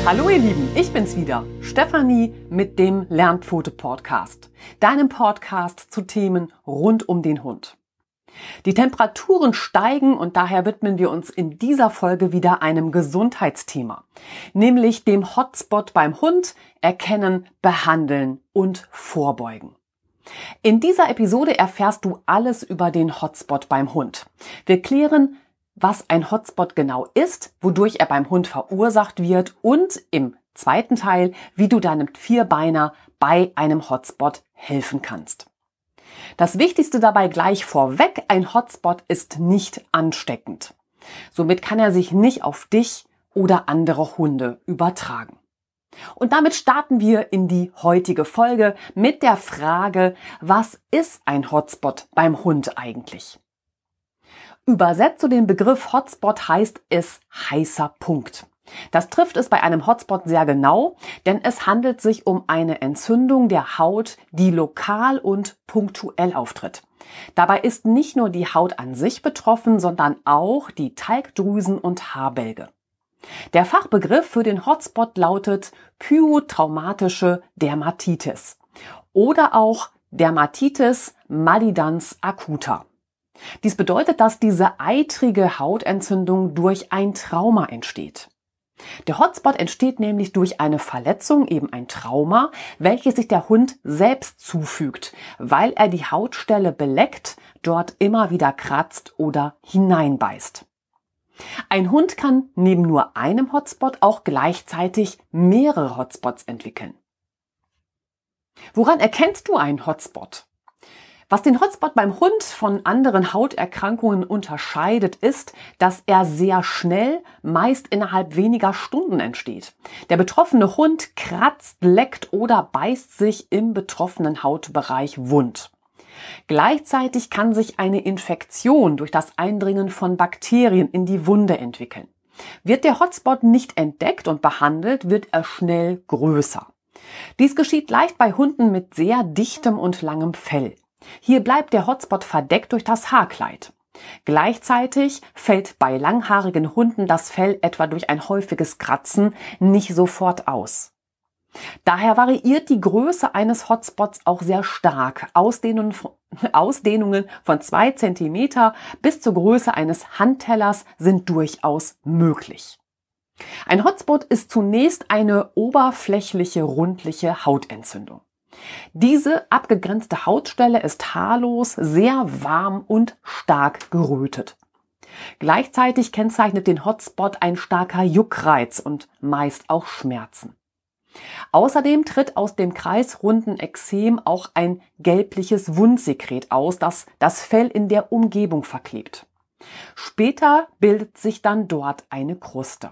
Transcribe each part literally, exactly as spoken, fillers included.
Hallo ihr Lieben, ich bin's wieder, Stefanie mit dem Lernpfote-Podcast, deinem Podcast zu Themen rund um den Hund. Die Temperaturen steigen und daher widmen wir uns in dieser Folge wieder einem Gesundheitsthema, nämlich dem Hotspot beim Hund, erkennen, behandeln und vorbeugen. In dieser Episode erfährst du alles über den Hotspot beim Hund. Wir klären, was ein Hotspot genau ist, wodurch er beim Hund verursacht wird und im zweiten Teil, wie du deinem Vierbeiner bei einem Hotspot helfen kannst. Das Wichtigste dabei gleich vorweg, ein Hotspot ist nicht ansteckend. Somit kann er sich nicht auf dich oder andere Hunde übertragen. Und damit starten wir in die heutige Folge mit der Frage, was ist ein Hotspot beim Hund eigentlich? Übersetzt zu dem Begriff Hotspot heißt es heißer Punkt. Das trifft es bei einem Hotspot sehr genau, denn es handelt sich um eine Entzündung der Haut, die lokal und punktuell auftritt. Dabei ist nicht nur die Haut an sich betroffen, sondern auch die Talgdrüsen und Haarbälge. Der Fachbegriff für den Hotspot lautet pyotraumatische Dermatitis oder auch Dermatitis mallidans acuta. Dies bedeutet, dass diese eitrige Hautentzündung durch ein Trauma entsteht. Der Hotspot entsteht nämlich durch eine Verletzung, eben ein Trauma, welches sich der Hund selbst zufügt, weil er die Hautstelle beleckt, dort immer wieder kratzt oder hineinbeißt. Ein Hund kann neben nur einem Hotspot auch gleichzeitig mehrere Hotspots entwickeln. Woran erkennst du einen Hotspot? Was den Hotspot beim Hund von anderen Hauterkrankungen unterscheidet, ist, dass er sehr schnell, meist innerhalb weniger Stunden entsteht. Der betroffene Hund kratzt, leckt oder beißt sich im betroffenen Hautbereich wund. Gleichzeitig kann sich eine Infektion durch das Eindringen von Bakterien in die Wunde entwickeln. Wird der Hotspot nicht entdeckt und behandelt, wird er schnell größer. Dies geschieht leicht bei Hunden mit sehr dichtem und langem Fell. Hier bleibt der Hotspot verdeckt durch das Haarkleid. Gleichzeitig fällt bei langhaarigen Hunden das Fell etwa durch ein häufiges Kratzen nicht sofort aus. Daher variiert die Größe eines Hotspots auch sehr stark. Ausdehnungen, Ausdehnungen von zwei Zentimeter bis zur Größe eines Handtellers sind durchaus möglich. Ein Hotspot ist zunächst eine oberflächliche, rundliche Hautentzündung. Diese abgegrenzte Hautstelle ist haarlos, sehr warm und stark gerötet. Gleichzeitig kennzeichnet den Hotspot ein starker Juckreiz und meist auch Schmerzen. Außerdem tritt aus dem kreisrunden Ekzem auch ein gelbliches Wundsekret aus, das das Fell in der Umgebung verklebt. Später bildet sich dann dort eine Kruste.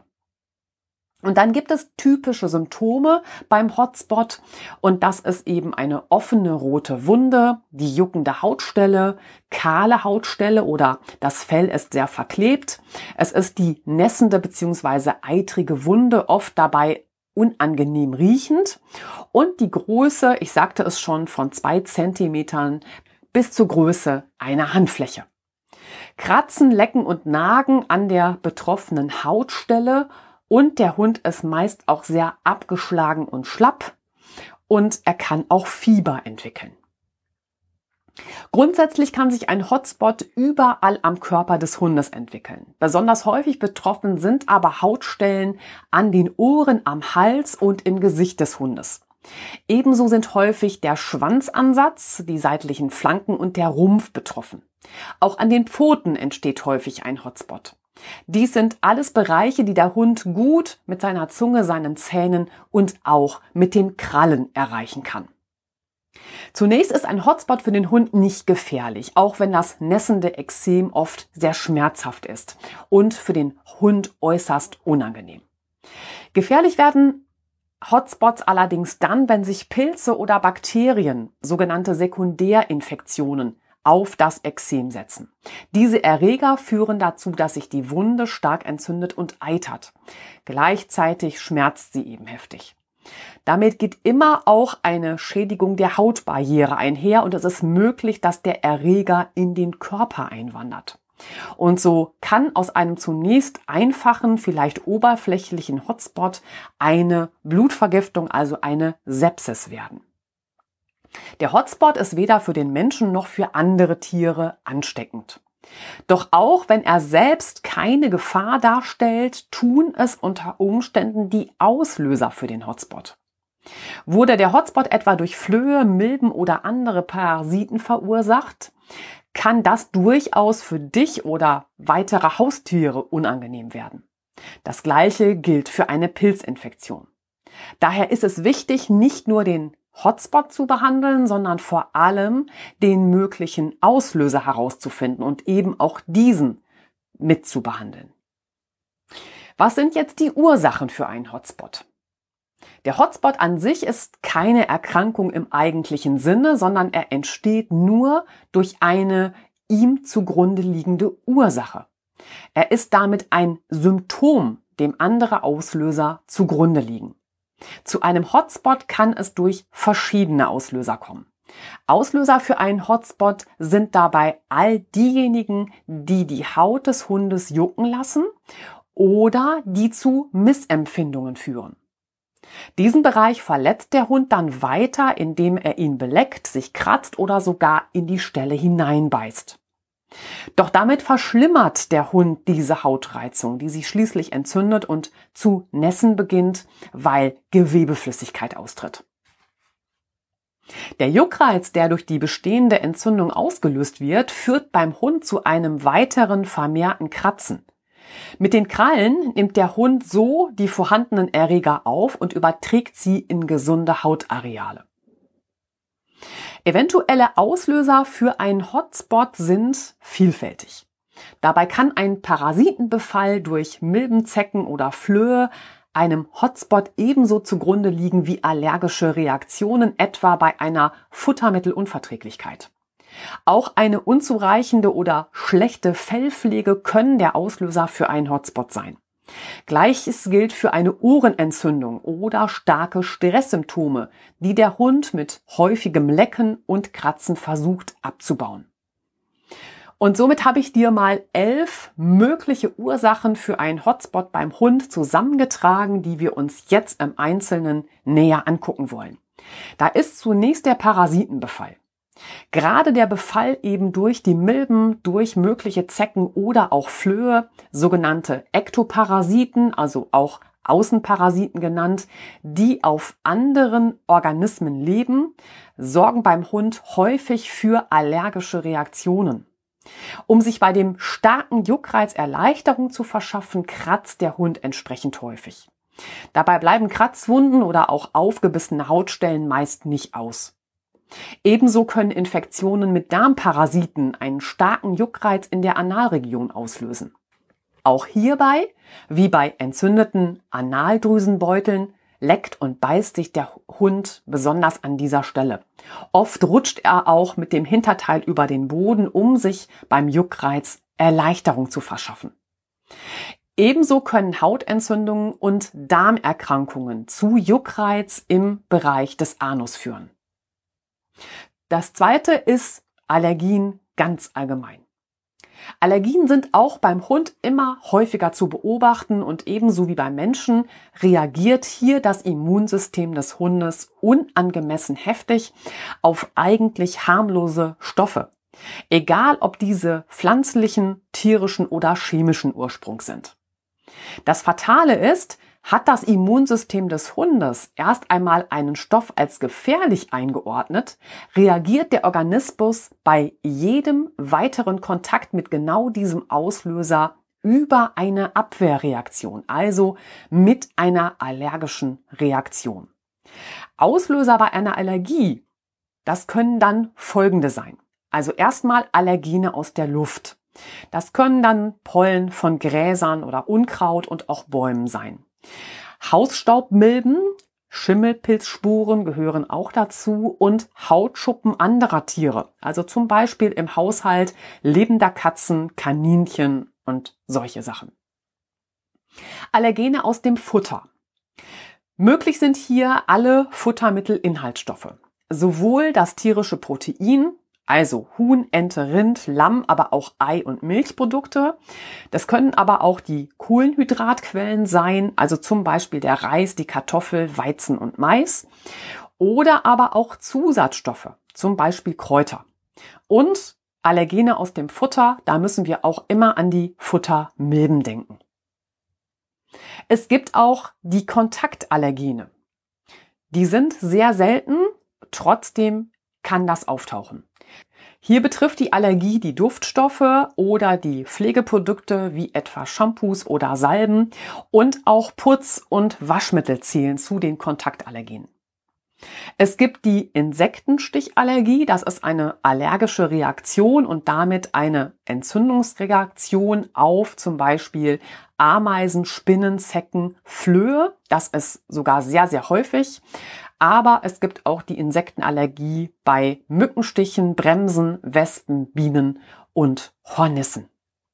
Und dann gibt es typische Symptome beim Hotspot und das ist eben eine offene rote Wunde, die juckende Hautstelle, kahle Hautstelle oder das Fell ist sehr verklebt. Es ist die nässende bzw. eitrige Wunde, oft dabei unangenehm riechend und die Größe, ich sagte es schon, von zwei Zentimetern bis zur Größe einer Handfläche. Kratzen, Lecken und Nagen an der betroffenen Hautstelle. Und der Hund ist meist auch sehr abgeschlagen und schlapp und er kann auch Fieber entwickeln. Grundsätzlich kann sich ein Hotspot überall am Körper des Hundes entwickeln. Besonders häufig betroffen sind aber Hautstellen an den Ohren, am Hals und im Gesicht des Hundes. Ebenso sind häufig der Schwanzansatz, die seitlichen Flanken und der Rumpf betroffen. Auch an den Pfoten entsteht häufig ein Hotspot. Dies sind alles Bereiche, die der Hund gut mit seiner Zunge, seinen Zähnen und auch mit den Krallen erreichen kann. Zunächst ist ein Hotspot für den Hund nicht gefährlich, auch wenn das nässende Ekzem oft sehr schmerzhaft ist und für den Hund äußerst unangenehm. Gefährlich werden Hotspots allerdings dann, wenn sich Pilze oder Bakterien, sogenannte Sekundärinfektionen, auf das Ekzem setzen. Diese Erreger führen dazu, dass sich die Wunde stark entzündet und eitert. Gleichzeitig schmerzt sie eben heftig. Damit geht immer auch eine Schädigung der Hautbarriere einher und es ist möglich, dass der Erreger in den Körper einwandert. Und so kann aus einem zunächst einfachen, vielleicht oberflächlichen Hotspot eine Blutvergiftung, also eine Sepsis werden. Der Hotspot ist weder für den Menschen noch für andere Tiere ansteckend. Doch auch wenn er selbst keine Gefahr darstellt, tun es unter Umständen die Auslöser für den Hotspot. Wurde der Hotspot etwa durch Flöhe, Milben oder andere Parasiten verursacht, kann das durchaus für dich oder weitere Haustiere unangenehm werden. Das Gleiche gilt für eine Pilzinfektion. Daher ist es wichtig, nicht nur den Hotspot zu behandeln, sondern vor allem den möglichen Auslöser herauszufinden und eben auch diesen mit zu behandeln. Was sind jetzt die Ursachen für einen Hotspot? Der Hotspot an sich ist keine Erkrankung im eigentlichen Sinne, sondern er entsteht nur durch eine ihm zugrunde liegende Ursache. Er ist damit ein Symptom, dem andere Auslöser zugrunde liegen. Zu einem Hotspot kann es durch verschiedene Auslöser kommen. Auslöser für einen Hotspot sind dabei all diejenigen, die die Haut des Hundes jucken lassen oder die zu Missempfindungen führen. Diesen Bereich verletzt der Hund dann weiter, indem er ihn beleckt, sich kratzt oder sogar in die Stelle hineinbeißt. Doch damit verschlimmert der Hund diese Hautreizung, die sich schließlich entzündet und zu nässen beginnt, weil Gewebeflüssigkeit austritt. Der Juckreiz, der durch die bestehende Entzündung ausgelöst wird, führt beim Hund zu einem weiteren vermehrten Kratzen. Mit den Krallen nimmt der Hund so die vorhandenen Erreger auf und überträgt sie in gesunde Hautareale. Eventuelle Auslöser für einen Hotspot sind vielfältig. Dabei kann ein Parasitenbefall durch Milben, Zecken oder Flöhe einem Hotspot ebenso zugrunde liegen wie allergische Reaktionen, etwa bei einer Futtermittelunverträglichkeit. Auch eine unzureichende oder schlechte Fellpflege können der Auslöser für einen Hotspot sein. Gleiches gilt für eine Ohrenentzündung oder starke Stresssymptome, die der Hund mit häufigem Lecken und Kratzen versucht abzubauen. Und somit habe ich dir mal elf mögliche Ursachen für einen Hotspot beim Hund zusammengetragen, die wir uns jetzt im Einzelnen näher angucken wollen. Da ist zunächst der Parasitenbefall. Gerade der Befall eben durch die Milben, durch mögliche Zecken oder auch Flöhe, sogenannte Ektoparasiten, also auch Außenparasiten genannt, die auf anderen Organismen leben, sorgen beim Hund häufig für allergische Reaktionen. Um sich bei dem starken Juckreiz Erleichterung zu verschaffen, kratzt der Hund entsprechend häufig. Dabei bleiben Kratzwunden oder auch aufgebissene Hautstellen meist nicht aus. Ebenso können Infektionen mit Darmparasiten einen starken Juckreiz in der Analregion auslösen. Auch hierbei, wie bei entzündeten Analdrüsenbeuteln, leckt und beißt sich der Hund besonders an dieser Stelle. Oft rutscht er auch mit dem Hinterteil über den Boden, um sich beim Juckreiz Erleichterung zu verschaffen. Ebenso können Hautentzündungen und Darmerkrankungen zu Juckreiz im Bereich des Anus führen. Das zweite ist Allergien ganz allgemein. Allergien sind auch beim Hund immer häufiger zu beobachten und ebenso wie beim Menschen reagiert hier das Immunsystem des Hundes unangemessen heftig auf eigentlich harmlose Stoffe, egal ob diese pflanzlichen, tierischen oder chemischen Ursprungs sind. Das Fatale ist, hat das Immunsystem des Hundes erst einmal einen Stoff als gefährlich eingeordnet, reagiert der Organismus bei jedem weiteren Kontakt mit genau diesem Auslöser über eine Abwehrreaktion, also mit einer allergischen Reaktion. Auslöser bei einer Allergie, das können dann folgende sein. Also erstmal Allergene aus der Luft. Das können dann Pollen von Gräsern oder Unkraut und auch Bäumen sein. Hausstaubmilben, Schimmelpilzspuren gehören auch dazu und Hautschuppen anderer Tiere, also zum Beispiel im Haushalt lebender Katzen, Kaninchen und solche Sachen. Allergene aus dem Futter. Möglich sind hier alle Futtermittelinhaltsstoffe. Sowohl das tierische Protein Also Huhn, Ente, Rind, Lamm, aber auch Ei- und Milchprodukte. Das können aber auch die Kohlenhydratquellen sein, also zum Beispiel der Reis, die Kartoffel, Weizen und Mais. Oder aber auch Zusatzstoffe, zum Beispiel Kräuter. Und Allergene aus dem Futter, da müssen wir auch immer an die Futtermilben denken. Es gibt auch die Kontaktallergene. Die sind sehr selten, trotzdem kann das auftauchen. Hier betrifft die Allergie die Duftstoffe oder die Pflegeprodukte wie etwa Shampoos oder Salben und auch Putz- und Waschmittel zählen zu den Kontaktallergenen. Es gibt die Insektenstichallergie, das ist eine allergische Reaktion und damit eine Entzündungsreaktion auf zum Beispiel Ameisen, Spinnen, Zecken, Flöhe. Das ist sogar sehr, sehr häufig. Aber es gibt auch die Insektenallergie bei Mückenstichen, Bremsen, Wespen, Bienen und Hornissen.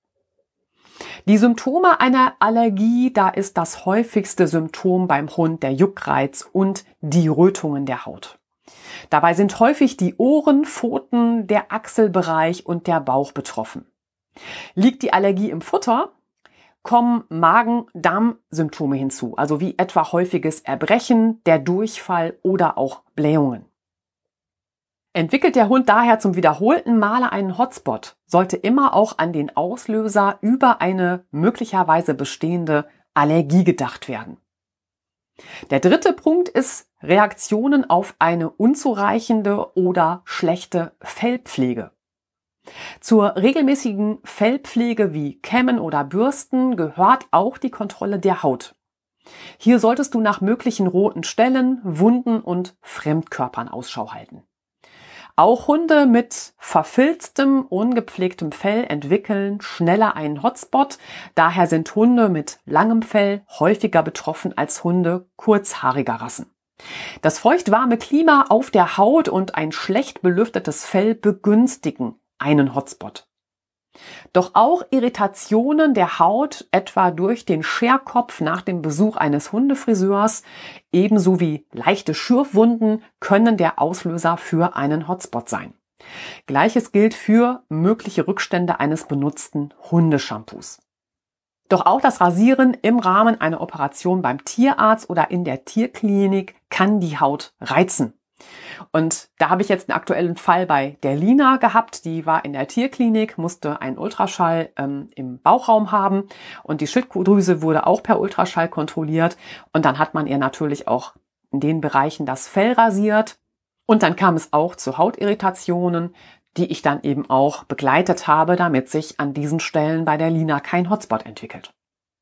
Die Symptome einer Allergie, da ist das häufigste Symptom beim Hund der Juckreiz und die Rötungen der Haut. Dabei sind häufig die Ohren, Pfoten, der Achselbereich und der Bauch betroffen. Liegt die Allergie im Futter, kommen Magen-Darm-Symptome hinzu, also wie etwa häufiges Erbrechen, der Durchfall oder auch Blähungen. Entwickelt der Hund daher zum wiederholten Male einen Hotspot, sollte immer auch an den Auslöser über eine möglicherweise bestehende Allergie gedacht werden. Der dritte Punkt ist Reaktionen auf eine unzureichende oder schlechte Fellpflege. Zur regelmäßigen Fellpflege wie Kämmen oder Bürsten gehört auch die Kontrolle der Haut. Hier solltest du nach möglichen roten Stellen, Wunden und Fremdkörpern Ausschau halten. Auch Hunde mit verfilztem, ungepflegtem Fell entwickeln schneller einen Hotspot. Daher sind Hunde mit langem Fell häufiger betroffen als Hunde kurzhaariger Rassen. Das feuchtwarme Klima auf der Haut und ein schlecht belüftetes Fell begünstigen einen Hotspot. Doch auch Irritationen der Haut, etwa durch den Scherkopf nach dem Besuch eines Hundefriseurs, ebenso wie leichte Schürfwunden, können der Auslöser für einen Hotspot sein. Gleiches gilt für mögliche Rückstände eines benutzten Hundeshampoos. Doch auch das Rasieren im Rahmen einer Operation beim Tierarzt oder in der Tierklinik kann die Haut reizen. Und da habe ich jetzt einen aktuellen Fall bei der Lina gehabt. Die war in der Tierklinik, musste einen Ultraschall ähm, im Bauchraum haben und die Schilddrüse wurde auch per Ultraschall kontrolliert. Und dann hat man ihr natürlich auch in den Bereichen das Fell rasiert. Und dann kam es auch zu Hautirritationen, die ich dann eben auch begleitet habe, damit sich an diesen Stellen bei der Lina kein Hotspot entwickelt.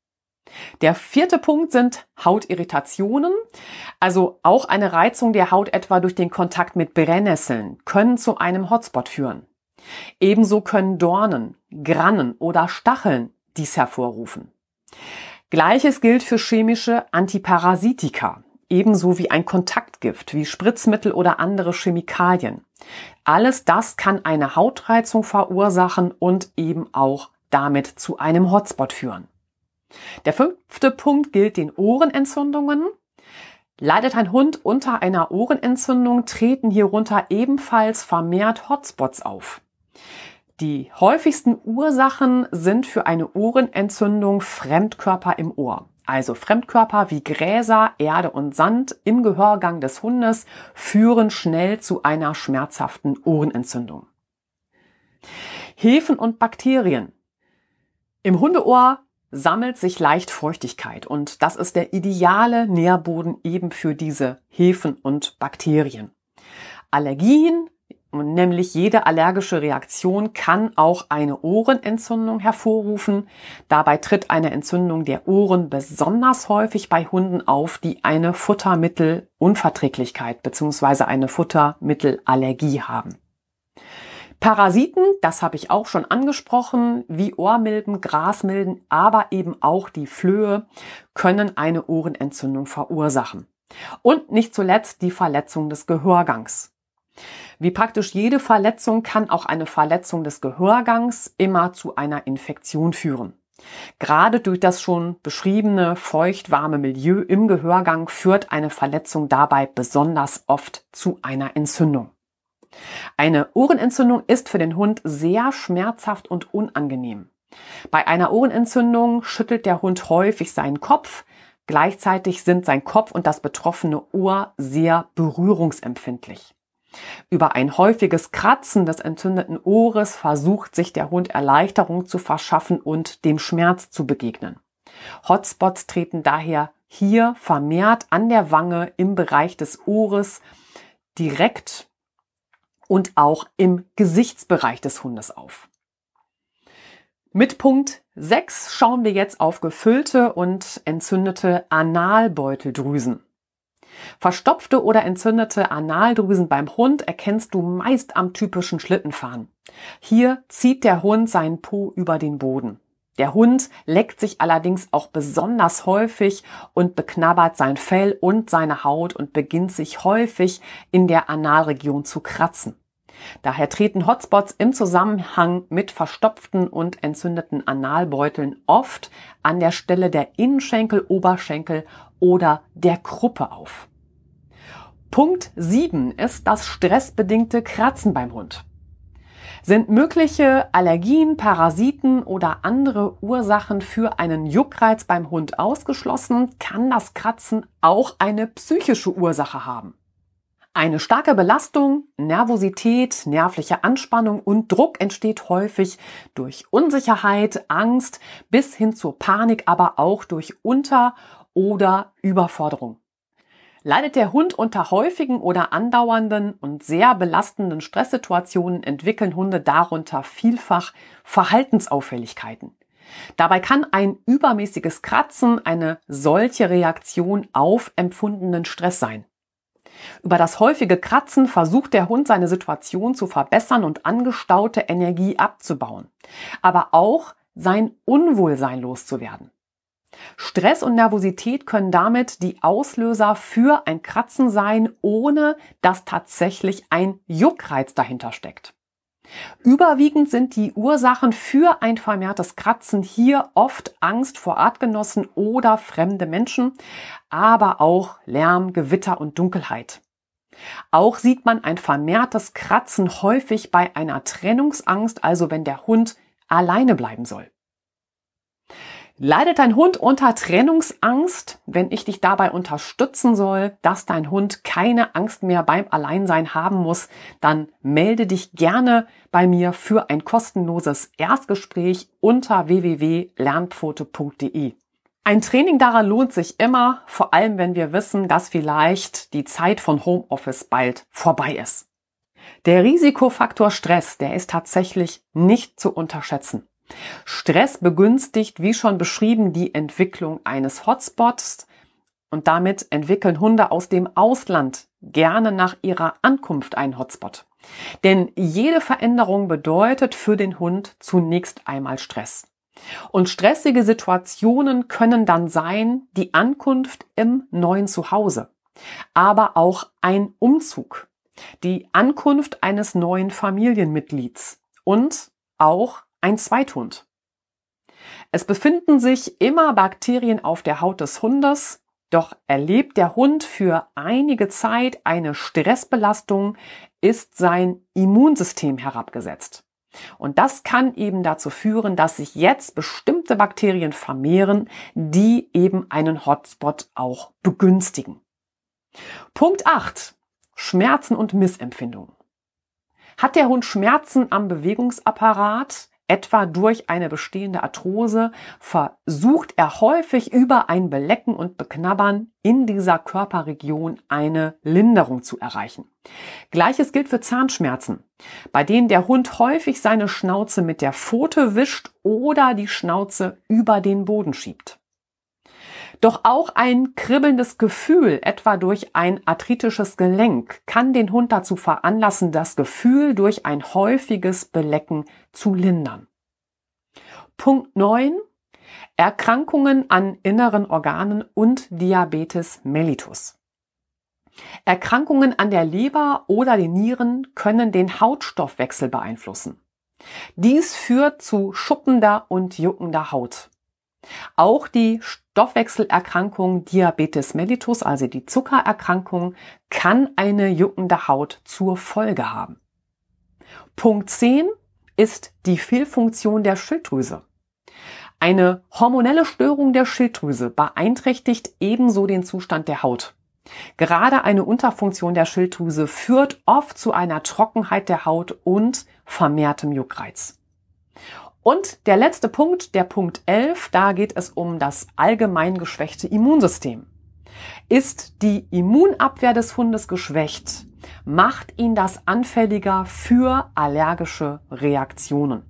Der vierte Punkt sind Hautirritationen, also auch eine Reizung der Haut etwa durch den Kontakt mit Brennnesseln können zu einem Hotspot führen. Ebenso können Dornen, Grannen oder Stacheln dies hervorrufen. Gleiches gilt für chemische Antiparasitika, ebenso wie ein Kontaktgift wie Spritzmittel oder andere Chemikalien. Alles das kann eine Hautreizung verursachen und eben auch damit zu einem Hotspot führen. Der fünfte Punkt gilt den Ohrenentzündungen. Leidet ein Hund unter einer Ohrenentzündung, treten hierunter ebenfalls vermehrt Hotspots auf. Die häufigsten Ursachen sind für eine Ohrenentzündung Fremdkörper im Ohr. Also Fremdkörper wie Gräser, Erde und Sand im Gehörgang des Hundes führen schnell zu einer schmerzhaften Ohrenentzündung. Hefen und Bakterien. Im Hundeohr sammelt sich leicht Feuchtigkeit und das ist der ideale Nährboden eben für diese Hefen und Bakterien. Allergien, nämlich jede allergische Reaktion, kann auch eine Ohrenentzündung hervorrufen. Dabei tritt eine Entzündung der Ohren besonders häufig bei Hunden auf, die eine Futtermittelunverträglichkeit bzw. eine Futtermittelallergie haben. Parasiten, das habe ich auch schon angesprochen, wie Ohrmilben, Grasmilben, aber eben auch die Flöhe können eine Ohrenentzündung verursachen. Und nicht zuletzt die Verletzung des Gehörgangs. Wie praktisch jede Verletzung kann auch eine Verletzung des Gehörgangs immer zu einer Infektion führen. Gerade durch das schon beschriebene feuchtwarme Milieu im Gehörgang führt eine Verletzung dabei besonders oft zu einer Entzündung. Eine Ohrenentzündung ist für den Hund sehr schmerzhaft und unangenehm. Bei einer Ohrenentzündung schüttelt der Hund häufig seinen Kopf. Gleichzeitig sind sein Kopf und das betroffene Ohr sehr berührungsempfindlich. Über ein häufiges Kratzen des entzündeten Ohres versucht sich der Hund Erleichterung zu verschaffen und dem Schmerz zu begegnen. Hotspots treten daher hier vermehrt an der Wange im Bereich des Ohres direkt und auch im Gesichtsbereich des Hundes auf. Mit Punkt sechs schauen wir jetzt auf gefüllte und entzündete Analbeuteldrüsen. Verstopfte oder entzündete Analdrüsen beim Hund erkennst du meist am typischen Schlittenfahren. Hier zieht der Hund seinen Po über den Boden. Der Hund leckt sich allerdings auch besonders häufig und beknabbert sein Fell und seine Haut und beginnt sich häufig in der Analregion zu kratzen. Daher treten Hotspots im Zusammenhang mit verstopften und entzündeten Analbeuteln oft an der Stelle der Innenschenkel, Oberschenkel oder der Kruppe auf. Punkt sieben ist das stressbedingte Kratzen beim Hund. Sind mögliche Allergien, Parasiten oder andere Ursachen für einen Juckreiz beim Hund ausgeschlossen, kann das Kratzen auch eine psychische Ursache haben. Eine starke Belastung, Nervosität, nervliche Anspannung und Druck entsteht häufig durch Unsicherheit, Angst bis hin zur Panik, aber auch durch Unter- oder Überforderung. Leidet der Hund unter häufigen oder andauernden und sehr belastenden Stresssituationen, entwickeln Hunde darunter vielfach Verhaltensauffälligkeiten. Dabei kann ein übermäßiges Kratzen eine solche Reaktion auf empfundenen Stress sein. Über das häufige Kratzen versucht der Hund, seine Situation zu verbessern und angestaute Energie abzubauen, aber auch sein Unwohlsein loszuwerden. Stress und Nervosität können damit die Auslöser für ein Kratzen sein, ohne dass tatsächlich ein Juckreiz dahinter steckt. Überwiegend sind die Ursachen für ein vermehrtes Kratzen hier oft Angst vor Artgenossen oder fremde Menschen, aber auch Lärm, Gewitter und Dunkelheit. Auch sieht man ein vermehrtes Kratzen häufig bei einer Trennungsangst, also wenn der Hund alleine bleiben soll. Leidet dein Hund unter Trennungsangst? Wenn ich dich dabei unterstützen soll, dass dein Hund keine Angst mehr beim Alleinsein haben muss, dann melde dich gerne bei mir für ein kostenloses Erstgespräch unter w w w punkt lernpfote punkt d e. Ein Training daran lohnt sich immer, vor allem wenn wir wissen, dass vielleicht die Zeit von Homeoffice bald vorbei ist. Der Risikofaktor Stress, der ist tatsächlich nicht zu unterschätzen. Stress begünstigt, wie schon beschrieben, die Entwicklung eines Hotspots und damit entwickeln Hunde aus dem Ausland gerne nach ihrer Ankunft einen Hotspot. Denn jede Veränderung bedeutet für den Hund zunächst einmal Stress. Und stressige Situationen können dann sein, die Ankunft im neuen Zuhause, aber auch ein Umzug, die Ankunft eines neuen Familienmitglieds und auch ein Zweithund. Es befinden sich immer Bakterien auf der Haut des Hundes, doch erlebt der Hund für einige Zeit eine Stressbelastung, ist sein Immunsystem herabgesetzt. Und das kann eben dazu führen, dass sich jetzt bestimmte Bakterien vermehren, die eben einen Hotspot auch begünstigen. Punkt acht. Schmerzen und Missempfindungen. Hat der Hund Schmerzen am Bewegungsapparat, etwa durch eine bestehende Arthrose, versucht er häufig über ein Belecken und Beknabbern in dieser Körperregion eine Linderung zu erreichen. Gleiches gilt für Zahnschmerzen, bei denen der Hund häufig seine Schnauze mit der Pfote wischt oder die Schnauze über den Boden schiebt. Doch auch ein kribbelndes Gefühl, etwa durch ein arthritisches Gelenk, kann den Hund dazu veranlassen, das Gefühl durch ein häufiges Belecken zu lindern. Punkt neun. Erkrankungen an inneren Organen und Diabetes mellitus. Erkrankungen an der Leber oder den Nieren können den Hautstoffwechsel beeinflussen. Dies führt zu schuppender und juckender Haut. Auch die Stoffwechselerkrankung Diabetes mellitus, also die Zuckererkrankung, kann eine juckende Haut zur Folge haben. Punkt zehn ist die Fehlfunktion der Schilddrüse. Eine hormonelle Störung der Schilddrüse beeinträchtigt ebenso den Zustand der Haut. Gerade eine Unterfunktion der Schilddrüse führt oft zu einer Trockenheit der Haut und vermehrtem Juckreiz. Und der letzte Punkt, der Punkt elf, da geht es um das allgemein geschwächte Immunsystem. Ist die Immunabwehr des Hundes geschwächt, macht ihn das anfälliger für allergische Reaktionen.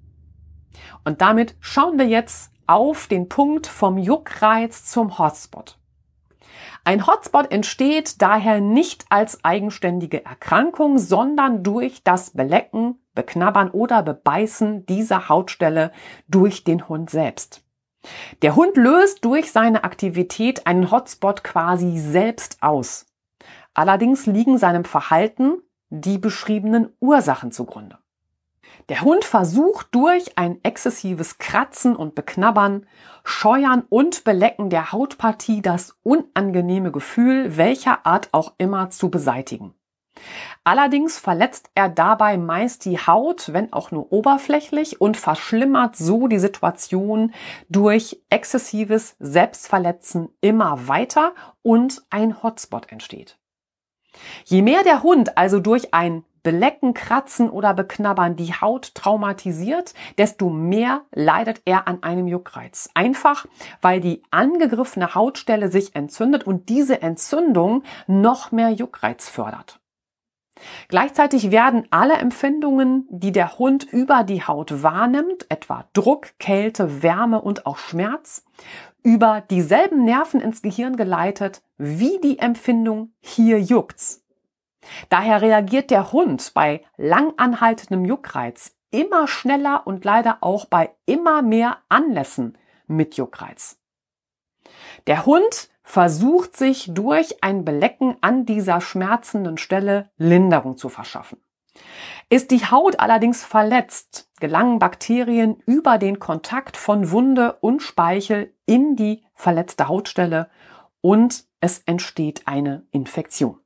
Und damit schauen wir jetzt auf den Punkt vom Juckreiz zum Hotspot. Ein Hotspot entsteht daher nicht als eigenständige Erkrankung, sondern durch das Belecken, Beknabbern oder Bebeißen dieser Hautstelle durch den Hund selbst. Der Hund löst durch seine Aktivität einen Hotspot quasi selbst aus. Allerdings liegen seinem Verhalten die beschriebenen Ursachen zugrunde. Der Hund versucht durch ein exzessives Kratzen und Beknabbern, Scheuern und Belecken der Hautpartie das unangenehme Gefühl, welcher Art auch immer, zu beseitigen. Allerdings verletzt er dabei meist die Haut, wenn auch nur oberflächlich, und verschlimmert so die Situation durch exzessives Selbstverletzen immer weiter und ein Hotspot entsteht. Je mehr der Hund also durch ein Belecken, Kratzen oder Beknabbern die Haut traumatisiert, desto mehr leidet er an einem Juckreiz. Einfach, weil die angegriffene Hautstelle sich entzündet und diese Entzündung noch mehr Juckreiz fördert. Gleichzeitig werden alle Empfindungen, die der Hund über die Haut wahrnimmt, etwa Druck, Kälte, Wärme und auch Schmerz, über dieselben Nerven ins Gehirn geleitet, wie die Empfindung hier juckt's. Daher reagiert der Hund bei langanhaltendem Juckreiz immer schneller und leider auch bei immer mehr Anlässen mit Juckreiz. Der Hund versucht sich durch ein Belecken an dieser schmerzenden Stelle Linderung zu verschaffen. Ist die Haut allerdings verletzt, gelangen Bakterien über den Kontakt von Wunde und Speichel in die verletzte Hautstelle und es entsteht eine Infektion.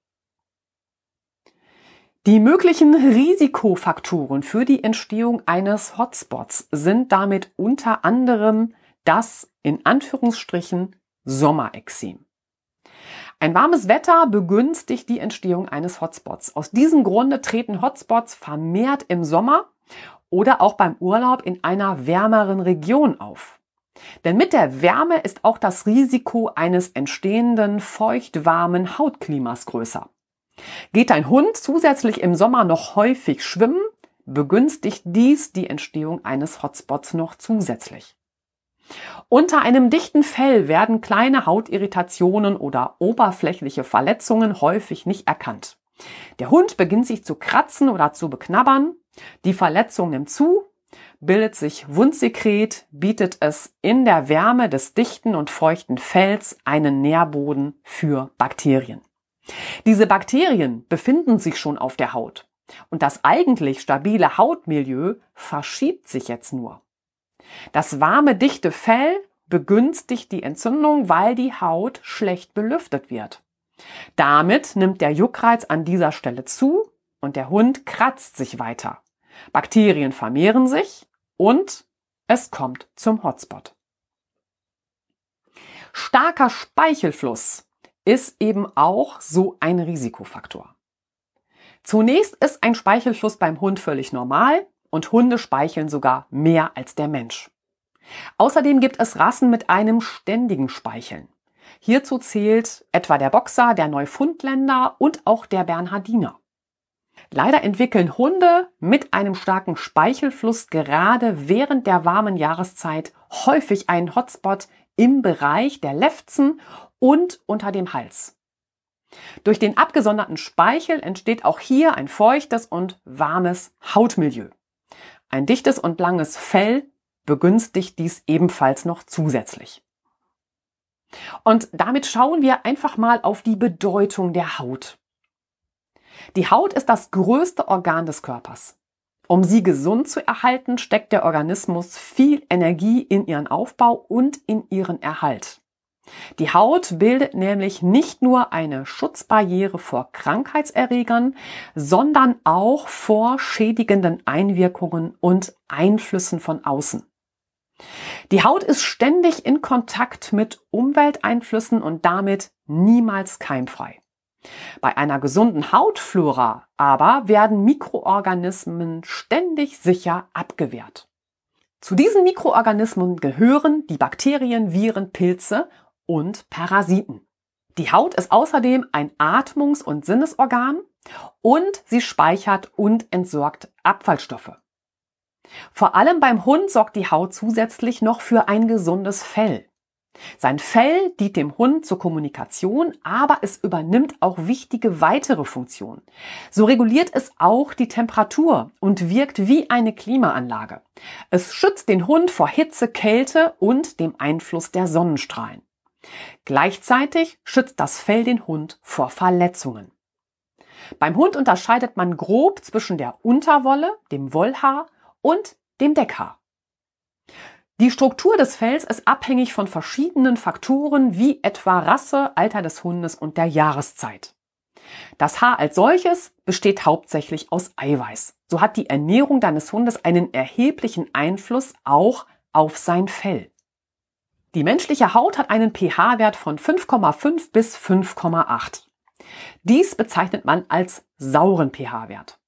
Die möglichen Risikofaktoren für die Entstehung eines Hotspots sind damit unter anderem das in Anführungsstrichen Sommerexem. Ein warmes Wetter begünstigt die Entstehung eines Hotspots. Aus diesem Grunde treten Hotspots vermehrt im Sommer oder auch beim Urlaub in einer wärmeren Region auf. Denn mit der Wärme ist auch das Risiko eines entstehenden feuchtwarmen Hautklimas größer. Geht ein Hund zusätzlich im Sommer noch häufig schwimmen, begünstigt dies die Entstehung eines Hotspots noch zusätzlich. Unter einem dichten Fell werden kleine Hautirritationen oder oberflächliche Verletzungen häufig nicht erkannt. Der Hund beginnt sich zu kratzen oder zu beknabbern, die Verletzung nimmt zu, bildet sich Wundsekret, bietet es in der Wärme des dichten und feuchten Fells einen Nährboden für Bakterien. Diese Bakterien befinden sich schon auf der Haut und das eigentlich stabile Hautmilieu verschiebt sich jetzt nur. Das warme, dichte Fell begünstigt die Entzündung, weil die Haut schlecht belüftet wird. Damit nimmt der Juckreiz an dieser Stelle zu und der Hund kratzt sich weiter. Bakterien vermehren sich und es kommt zum Hotspot. Starker Speichelfluss ist eben auch so ein Risikofaktor. Zunächst ist ein Speichelfluss beim Hund völlig normal und Hunde speicheln sogar mehr als der Mensch. Außerdem gibt es Rassen mit einem ständigen Speicheln. Hierzu zählt etwa der Boxer, der Neufundländer und auch der Bernhardiner. Leider entwickeln Hunde mit einem starken Speichelfluss gerade während der warmen Jahreszeit häufig einen Hotspot im Bereich der Lefzen und unter dem Hals. Durch den abgesonderten Speichel entsteht auch hier ein feuchtes und warmes Hautmilieu. Ein dichtes und langes Fell begünstigt dies ebenfalls noch zusätzlich. Und damit schauen wir einfach mal auf die Bedeutung der Haut. Die Haut ist das größte Organ des Körpers. Um sie gesund zu erhalten, steckt der Organismus viel Energie in ihren Aufbau und in ihren Erhalt. Die Haut bildet nämlich nicht nur eine Schutzbarriere vor Krankheitserregern, sondern auch vor schädigenden Einwirkungen und Einflüssen von außen. Die Haut ist ständig in Kontakt mit Umwelteinflüssen und damit niemals keimfrei. Bei einer gesunden Hautflora aber werden Mikroorganismen ständig sicher abgewehrt. Zu diesen Mikroorganismen gehören die Bakterien, Viren, Pilze und Parasiten. Die Haut ist außerdem ein Atmungs- und Sinnesorgan und sie speichert und entsorgt Abfallstoffe. Vor allem beim Hund sorgt die Haut zusätzlich noch für ein gesundes Fell. Sein Fell dient dem Hund zur Kommunikation, aber es übernimmt auch wichtige weitere Funktionen. So reguliert es auch die Temperatur und wirkt wie eine Klimaanlage. Es schützt den Hund vor Hitze, Kälte und dem Einfluss der Sonnenstrahlen. Gleichzeitig schützt das Fell den Hund vor Verletzungen. Beim Hund unterscheidet man grob zwischen der Unterwolle, dem Wollhaar und dem Deckhaar. Die Struktur des Fells ist abhängig von verschiedenen Faktoren wie etwa Rasse, Alter des Hundes und der Jahreszeit. Das Haar als solches besteht hauptsächlich aus Eiweiß. So hat die Ernährung deines Hundes einen erheblichen Einfluss auch auf sein Fell. Die menschliche Haut hat einen pH-Wert von fünf Komma fünf bis fünf Komma acht. Dies bezeichnet man als sauren pH-Wert.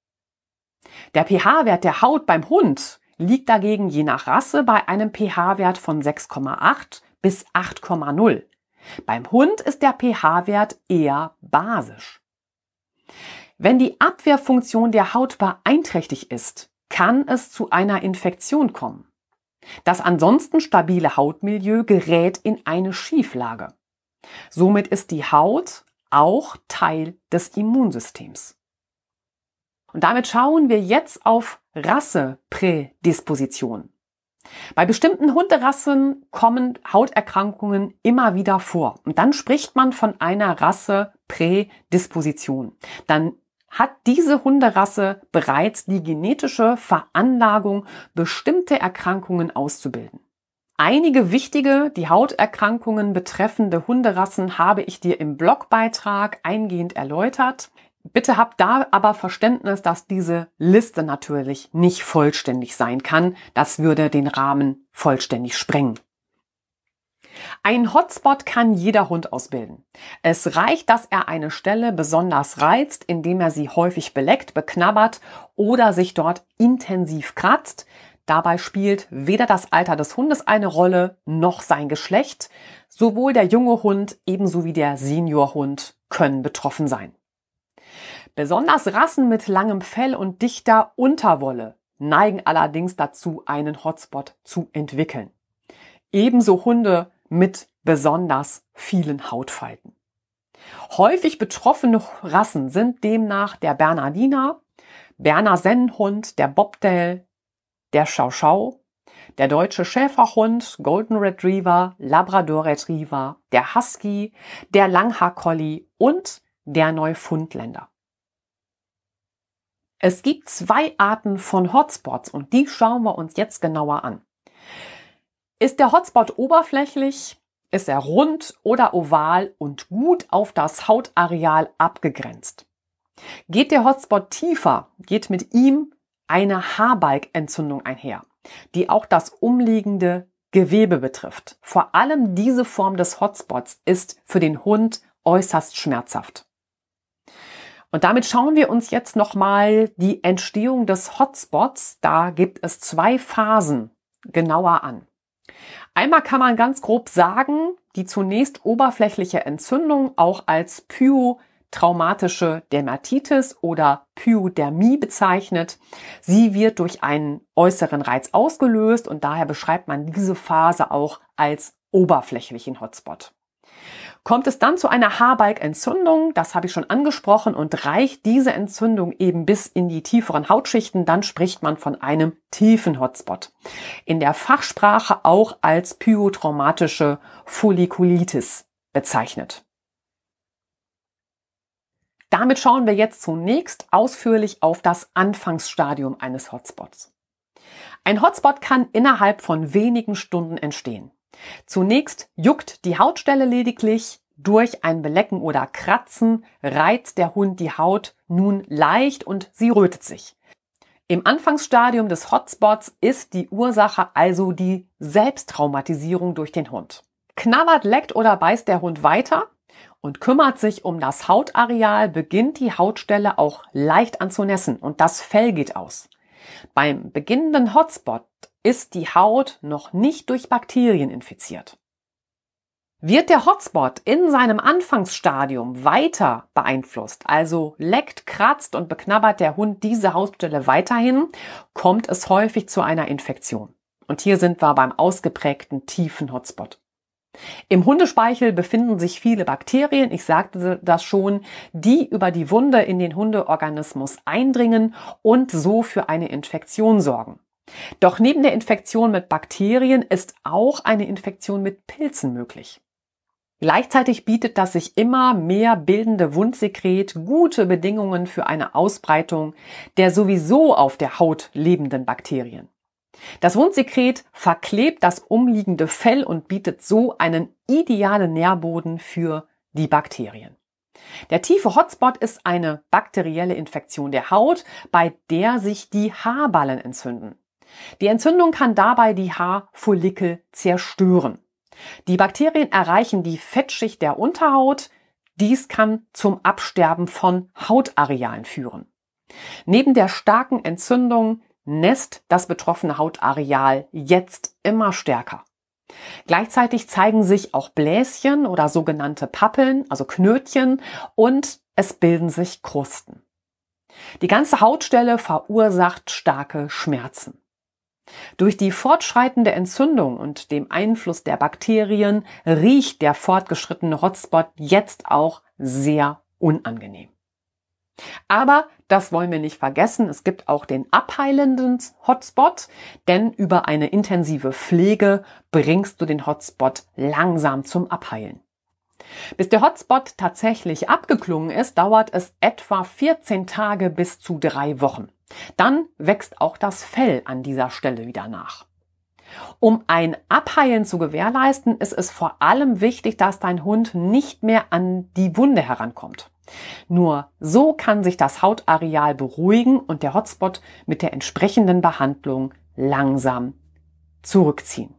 Der pH-Wert der Haut beim Hund liegt dagegen je nach Rasse bei einem pH-Wert von sechs Komma acht bis acht Komma null. Beim Hund ist der pH-Wert eher basisch. Wenn die Abwehrfunktion der Haut beeinträchtigt ist, kann es zu einer Infektion kommen. Das ansonsten stabile Hautmilieu gerät in eine Schieflage. Somit ist die Haut auch Teil des Immunsystems. Und damit schauen wir jetzt auf Rasseprädisposition. Bei bestimmten Hunderassen kommen Hauterkrankungen immer wieder vor. Und dann spricht man von einer Rasseprädisposition. Dann hat diese Hunderasse bereits die genetische Veranlagung, bestimmte Erkrankungen auszubilden. Einige wichtige, die Hauterkrankungen betreffende Hunderassen habe ich dir im Blogbeitrag eingehend erläutert. Bitte habt da aber Verständnis, dass diese Liste natürlich nicht vollständig sein kann. Das würde den Rahmen vollständig sprengen. Ein Hotspot kann jeder Hund ausbilden. Es reicht, dass er eine Stelle besonders reizt, indem er sie häufig beleckt, beknabbert oder sich dort intensiv kratzt. Dabei spielt weder das Alter des Hundes eine Rolle, noch sein Geschlecht. Sowohl der junge Hund ebenso wie der Seniorhund können betroffen sein. Besonders Rassen mit langem Fell und dichter Unterwolle neigen allerdings dazu, einen Hotspot zu entwickeln. Ebenso Hunde mit besonders vielen Hautfalten. Häufig betroffene Rassen sind demnach der Bernardiner, Berner Sennenhund, der Bobtail, der Chow Chow, der deutsche Schäferhund, Golden Retriever, Labrador Retriever, der Husky, der Langhaar-Collie und der Neufundländer. Es gibt zwei Arten von Hotspots und die schauen wir uns jetzt genauer an. Ist der Hotspot oberflächlich, ist er rund oder oval und gut auf das Hautareal abgegrenzt. Geht der Hotspot tiefer, geht mit ihm eine Haarbalgentzündung einher, die auch das umliegende Gewebe betrifft. Vor allem diese Form des Hotspots ist für den Hund äußerst schmerzhaft. Und damit schauen wir uns jetzt nochmal die Entstehung des Hotspots, da gibt es zwei Phasen, genauer an. Einmal kann man ganz grob sagen, die zunächst oberflächliche Entzündung, auch als pyotraumatische Dermatitis oder Pyodermie bezeichnet. Sie wird durch einen äußeren Reiz ausgelöst und daher beschreibt man diese Phase auch als oberflächlichen Hotspot. Kommt es dann zu einer Haarbalgentzündung, das habe ich schon angesprochen, und reicht diese Entzündung eben bis in die tieferen Hautschichten, dann spricht man von einem tiefen Hotspot. In der Fachsprache auch als pyotraumatische Follikulitis bezeichnet. Damit schauen wir jetzt zunächst ausführlich auf das Anfangsstadium eines Hotspots. Ein Hotspot kann innerhalb von wenigen Stunden entstehen. Zunächst juckt die Hautstelle lediglich. Durch ein Belecken oder Kratzen reizt der Hund die Haut nun leicht und sie rötet sich. Im Anfangsstadium des Hotspots ist die Ursache also die Selbsttraumatisierung durch den Hund. Knabbert, leckt oder beißt der Hund weiter und kümmert sich um das Hautareal, beginnt die Hautstelle auch leicht an zu nässen und das Fell geht aus. Beim beginnenden Hotspot ist die Haut noch nicht durch Bakterien infiziert. Wird der Hotspot in seinem Anfangsstadium weiter beeinflusst, also leckt, kratzt und beknabbert der Hund diese Hautstelle weiterhin, kommt es häufig zu einer Infektion. Und hier sind wir beim ausgeprägten tiefen Hotspot. Im Hundespeichel befinden sich viele Bakterien, ich sagte das schon, die über die Wunde in den Hundeorganismus eindringen und so für eine Infektion sorgen. Doch neben der Infektion mit Bakterien ist auch eine Infektion mit Pilzen möglich. Gleichzeitig bietet das sich immer mehr bildende Wundsekret gute Bedingungen für eine Ausbreitung der sowieso auf der Haut lebenden Bakterien. Das Wundsekret verklebt das umliegende Fell und bietet so einen idealen Nährboden für die Bakterien. Der tiefe Hotspot ist eine bakterielle Infektion der Haut, bei der sich die Haarballen entzünden. Die Entzündung kann dabei die Haarfollikel zerstören. Die Bakterien erreichen die Fettschicht der Unterhaut. Dies kann zum Absterben von Hautarealen führen. Neben der starken Entzündung nässt das betroffene Hautareal jetzt immer stärker. Gleichzeitig zeigen sich auch Bläschen oder sogenannte Pappeln, also Knötchen, und es bilden sich Krusten. Die ganze Hautstelle verursacht starke Schmerzen. Durch die fortschreitende Entzündung und dem Einfluss der Bakterien riecht der fortgeschrittene Hotspot jetzt auch sehr unangenehm. Aber das wollen wir nicht vergessen, es gibt auch den abheilenden Hotspot, denn über eine intensive Pflege bringst du den Hotspot langsam zum Abheilen. Bis der Hotspot tatsächlich abgeklungen ist, dauert es etwa vierzehn Tage bis zu drei Wochen. Dann wächst auch das Fell an dieser Stelle wieder nach. Um ein Abheilen zu gewährleisten, ist es vor allem wichtig, dass dein Hund nicht mehr an die Wunde herankommt. Nur so kann sich das Hautareal beruhigen und der Hotspot mit der entsprechenden Behandlung langsam zurückziehen.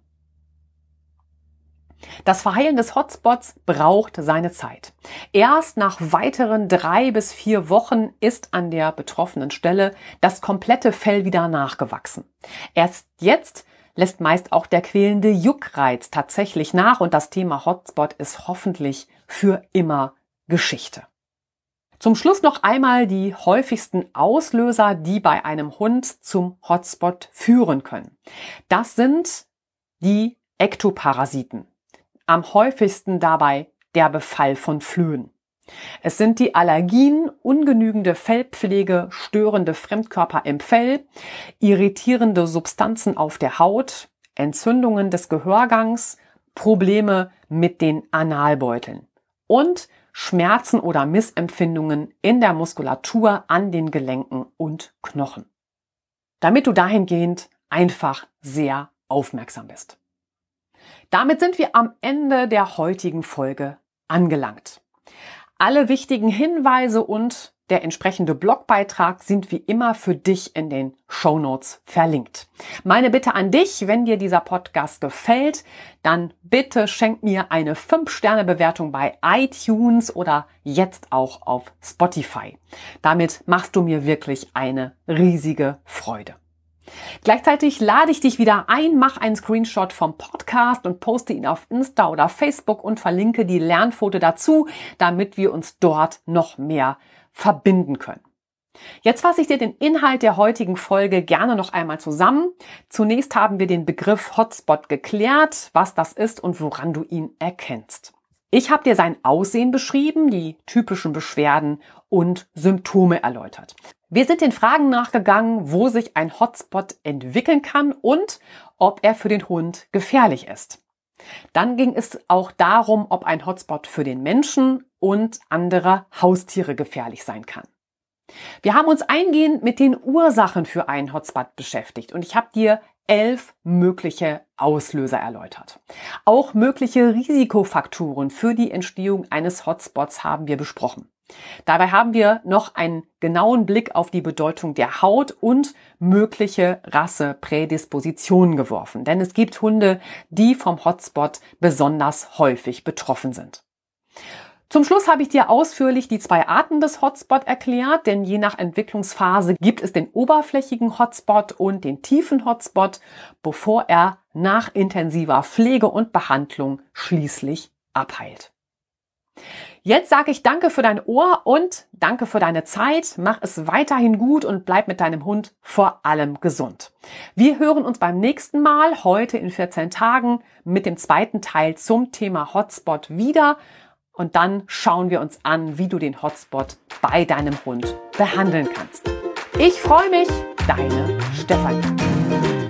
Das Verheilen des Hotspots braucht seine Zeit. Erst nach weiteren drei bis vier Wochen ist an der betroffenen Stelle das komplette Fell wieder nachgewachsen. Erst jetzt lässt meist auch der quälende Juckreiz tatsächlich nach und das Thema Hotspot ist hoffentlich für immer Geschichte. Zum Schluss noch einmal die häufigsten Auslöser, die bei einem Hund zum Hotspot führen können. Das sind die Ektoparasiten. Am häufigsten dabei der Befall von Flöhen. Es sind die Allergien, ungenügende Fellpflege, störende Fremdkörper im Fell, irritierende Substanzen auf der Haut, Entzündungen des Gehörgangs, Probleme mit den Analbeuteln und Schmerzen oder Missempfindungen in der Muskulatur, an den Gelenken und Knochen. Damit du dahingehend einfach sehr aufmerksam bist. Damit sind wir am Ende der heutigen Folge angelangt. Alle wichtigen Hinweise und der entsprechende Blogbeitrag sind wie immer für dich in den Shownotes verlinkt. Meine Bitte an dich, wenn dir dieser Podcast gefällt, dann bitte schenk mir eine fünf Sterne Bewertung bei iTunes oder jetzt auch auf Spotify. Damit machst du mir wirklich eine riesige Freude. Gleichzeitig lade ich dich wieder ein, mach einen Screenshot vom Podcast und poste ihn auf Insta oder Facebook und verlinke die Lernfoto dazu, damit wir uns dort noch mehr verbinden können. Jetzt fasse ich dir den Inhalt der heutigen Folge gerne noch einmal zusammen. Zunächst haben wir den Begriff Hotspot geklärt, was das ist und woran du ihn erkennst. Ich habe dir sein Aussehen beschrieben, die typischen Beschwerden und Symptome erläutert. Wir sind den Fragen nachgegangen, wo sich ein Hotspot entwickeln kann und ob er für den Hund gefährlich ist. Dann ging es auch darum, ob ein Hotspot für den Menschen und andere Haustiere gefährlich sein kann. Wir haben uns eingehend mit den Ursachen für einen Hotspot beschäftigt und ich habe dir elf mögliche Auslöser erläutert. Auch mögliche Risikofaktoren für die Entstehung eines Hotspots haben wir besprochen. Dabei haben wir noch einen genauen Blick auf die Bedeutung der Haut und mögliche Rasseprädispositionen geworfen. Denn es gibt Hunde, die vom Hotspot besonders häufig betroffen sind. Zum Schluss habe ich dir ausführlich die zwei Arten des Hotspot erklärt, denn je nach Entwicklungsphase gibt es den oberflächigen Hotspot und den tiefen Hotspot, bevor er nach intensiver Pflege und Behandlung schließlich abheilt. Jetzt sage ich danke für dein Ohr und danke für deine Zeit. Mach es weiterhin gut und bleib mit deinem Hund vor allem gesund. Wir hören uns beim nächsten Mal, heute in vierzehn Tagen, mit dem zweiten Teil zum Thema Hotspot wieder. Und dann schauen wir uns an, wie du den Hotspot bei deinem Hund behandeln kannst. Ich freue mich, deine Stefanie.